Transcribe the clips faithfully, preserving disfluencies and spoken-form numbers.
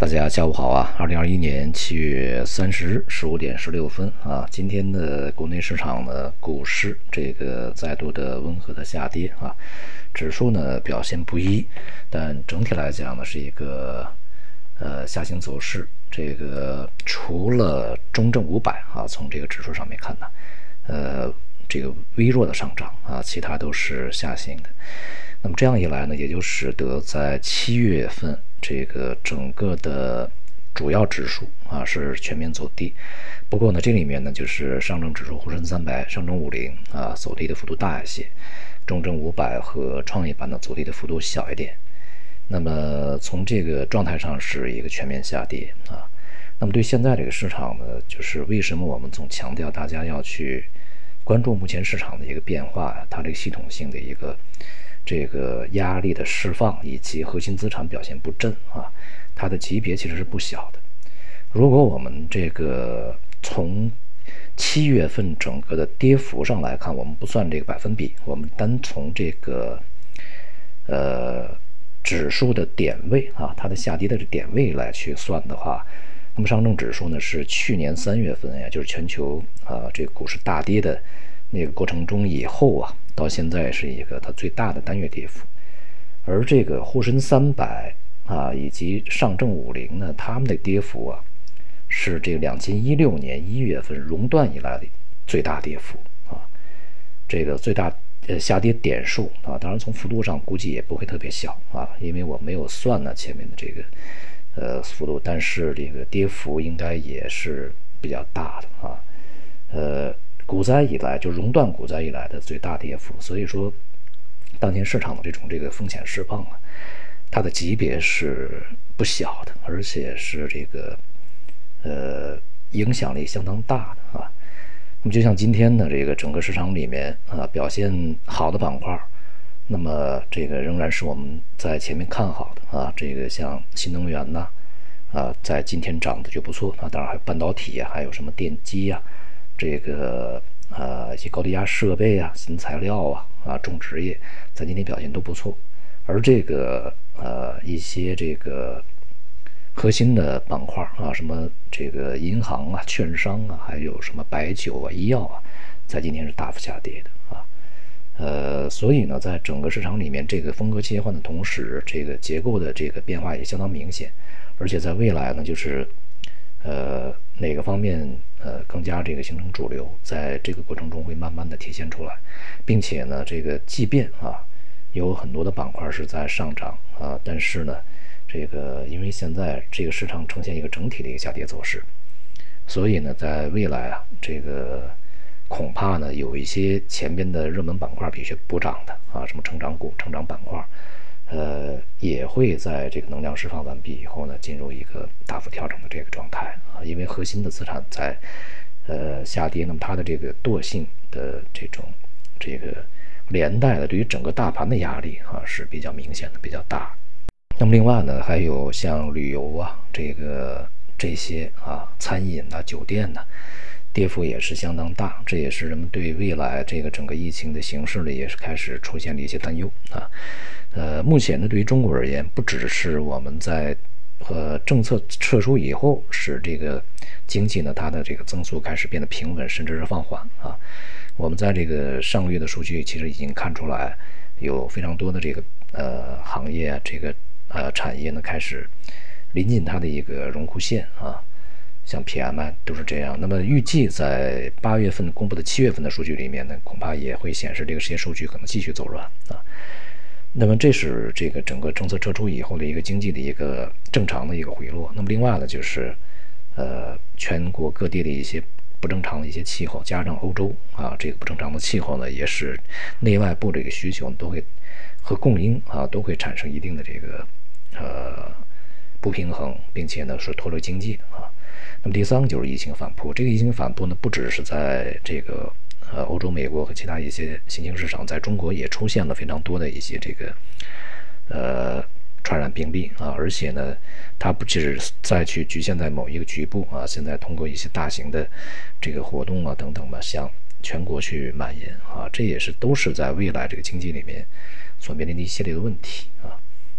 大家下午好啊！二零二一年七月三十日十五点十六分啊，今天的国内市场呢，股市这个再度的温和的下跌啊，指数呢表现不一，但整体来讲呢是一个呃下行走势。这个除了中证五百啊，从这个指数上面看呢，呃这个微弱的上涨啊，其他都是下行的。那么这样一来呢，也就使得在七月份这个整个的主要指数啊是全面走低。不过呢，这里面呢就是上证指数、沪深三百、上证五零啊走低的幅度大一些，中证五百和创业板呢走低的幅度小一点。那么从这个状态上是一个全面下跌啊。那么对现在这个市场呢，就是为什么我们总强调大家要去关注目前市场的一个变化，它这个系统性的一个这个压力的释放，以及核心资产表现不振啊，它的级别其实是不小的。如果我们这个从七月份整个的跌幅上来看，我们不算这个百分比，我们单从这个呃指数的点位啊，它的下跌的点位来去算的话，那么上证指数呢是去年三月份呀，就是全球啊这个股市大跌的那个过程中以后啊，到现在是一个它最大的单月跌幅。而这个沪深三百啊以及上证五零呢，它们的跌幅啊是这个二零一六年一月份熔断以来的最大跌幅啊，这个最大呃下跌点数啊，当然从幅度上估计也不会特别小啊，因为我没有算呢前面的这个呃幅度，但是这个跌幅应该也是比较大的啊，呃。股灾以来就熔断股灾以来的最大跌幅，所以说当前市场的这种这个风险释放啊，它的级别是不小的，而且是这个呃影响力相当大的啊。那么就像今天呢，这个整个市场里面啊表现好的板块，那么这个仍然是我们在前面看好的啊，这个像新能源呐啊，在今天涨的就不错啊，当然还有半导体啊，还有什么电机啊。这个呃一些高低压设备啊、新材料啊、啊种植业在今天表现都不错，而这个呃一些这个核心的板块啊，什么这个银行啊、券商啊，还有什么白酒啊、医药啊，在今天是大幅下跌的啊。呃，所以呢，在整个市场里面，这个风格切换的同时，这个结构的这个变化也相当明显，而且在未来呢，就是呃哪个方面呃更加这个形成主流，在这个过程中会慢慢的体现出来，并且呢，这个即便啊有很多的板块是在上涨啊，但是呢，这个因为现在这个市场呈现一个整体的一个下跌走势，所以呢，在未来啊，这个恐怕呢有一些前边的热门板块必须补涨的啊，什么成长股、成长板块。呃，也会在这个能量释放完毕以后呢，进入一个大幅调整的这个状态啊，因为核心的资产在呃下跌，那么它的这个惰性的这种这个连带的对于整个大盘的压力啊是比较明显的、比较大。那么另外呢，还有像旅游啊，这个这些啊，餐饮啊、酒店呐、啊。跌幅也是相当大，这也是人们对未来这个整个疫情的形势呢，也是开始出现了一些担忧啊。呃，目前呢，对于中国而言，不只是我们在呃政策撤出以后，使这个经济呢它的这个增速开始变得平稳，甚至是放缓啊。我们在这个上个月的数据其实已经看出来，有非常多的这个呃行业这个呃产业呢开始临近它的一个荣枯线啊。像 P M I 都是这样，那么预计在八月份公布的七月份的数据里面呢，恐怕也会显示这个这些数据可能继续走软啊。那么这是这个整个政策撤出以后的一个经济的一个正常的一个回落。那么另外呢，就是呃全国各地的一些不正常的一些气候，加上欧洲啊这个不正常的气候呢，也使内外部这个需求都会和供应啊都会产生一定的这个呃不平衡，并且呢是拖累经济的啊。那么第三个就是疫情反扑，这个疫情反扑呢，不只是在这个呃欧洲、美国和其他一些新兴市场，在中国也出现了非常多的一些这个呃传染病例啊，而且呢，它不只是再去局限在某一个局部啊，现在通过一些大型的这个活动啊等等吧，向全国去蔓延啊，这也是都是在未来这个经济里面所面临的一系列的问题啊。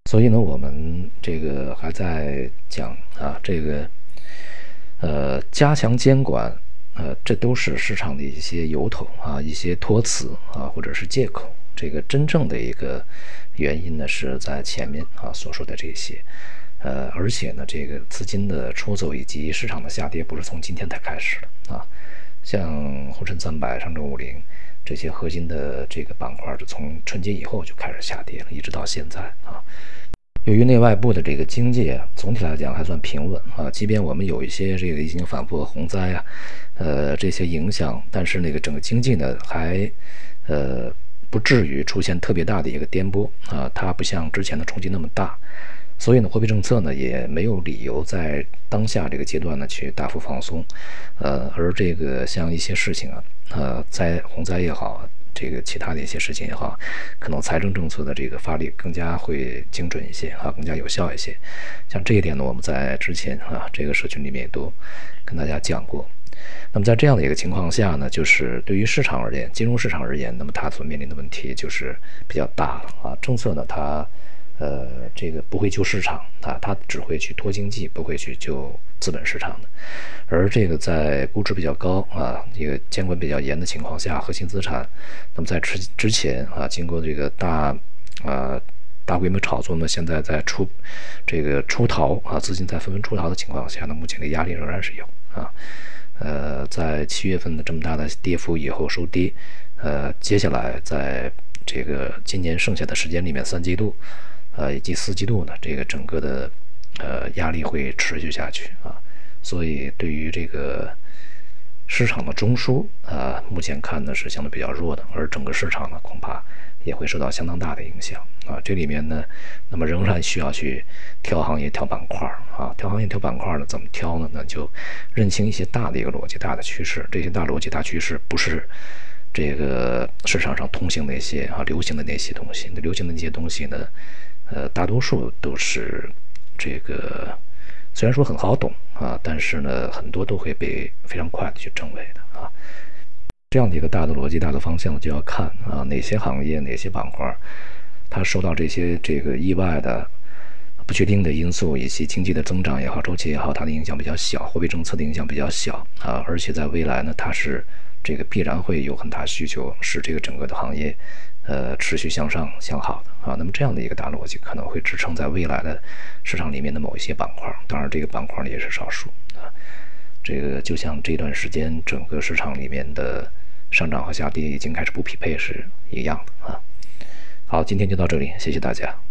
所以呢，我们这个还在讲啊，这个呃加强监管，呃，这都是市场的一些由头啊，一些托词啊，或者是借口。这个真正的一个原因呢，是在前面啊所说的这些。呃，而且呢，这个资金的出走以及市场的下跌，不是从今天才开始的啊。像沪深三百、上证五零这些核心的这个板块，是从春节以后就开始下跌了，一直到现在啊。由于内外部的这个经济啊，总体来讲还算平稳啊，即便我们有一些这个疫情反复、洪灾啊，呃这些影响，但是那个整个经济呢，还呃不至于出现特别大的一个颠簸啊，它不像之前的冲击那么大。所以呢，货币政策呢也没有理由在当下这个阶段呢去大幅放松，呃，而这个像一些事情啊，呃，在洪灾也好，这个其他的一些事情也好，可能财政政策的这个发力更加会精准一些啊，更加有效一些。像这一点呢，我们在之前啊这个社群里面也都跟大家讲过。那么在这样的一个情况下呢，就是对于市场而言，金融市场而言，那么它所面临的问题就是比较大了啊。政策呢，它呃，这个不会救市场啊，它只会去拖经济，不会去救资本市场的。而这个在估值比较高啊，一个监管比较严的情况下，核心资产，那么在之之前啊，经过这个大啊大规模炒作呢，现在在出这个出逃啊，资金在纷纷出逃的情况下呢，目前的压力仍然是有啊。呃，在七月份的这么大的跌幅以后收跌，呃，接下来在这个今年剩下的时间里面，三季度。呃，以及四季度呢，这个整个的呃压力会持续下去啊，所以对于这个市场的中枢啊，目前看呢是相对比较弱的，而整个市场呢恐怕也会受到相当大的影响啊。这里面呢，那么仍然需要去挑行业、挑板块啊，挑行业、挑板块呢，怎么挑呢？那就认清一些大的一个逻辑、大的趋势，这些大逻辑、大趋势不是。这个市场上通行那些啊，流行的那些东西，那流行的那些东西呢，呃，大多数都是这个虽然说很好懂啊，但是呢，很多都会被非常快的去证伪的啊。这样的一个大的逻辑、大的方向，就要看啊哪些行业、哪些板块，它受到这些这个意外的、不确定的因素以及经济的增长也好、周期也好，它的影响比较小，货币政策的影响比较小啊，而且在未来呢，它是。这个必然会有很大需求，使这个整个的行业，呃，持续向上向好的啊。那么这样的一个大逻辑可能会支撑在未来的市场里面的某一些板块，当然这个板块呢也是少数啊。这个就像这段时间整个市场里面的上涨和下跌已经开始不匹配是一样的啊。好，今天就到这里，谢谢大家。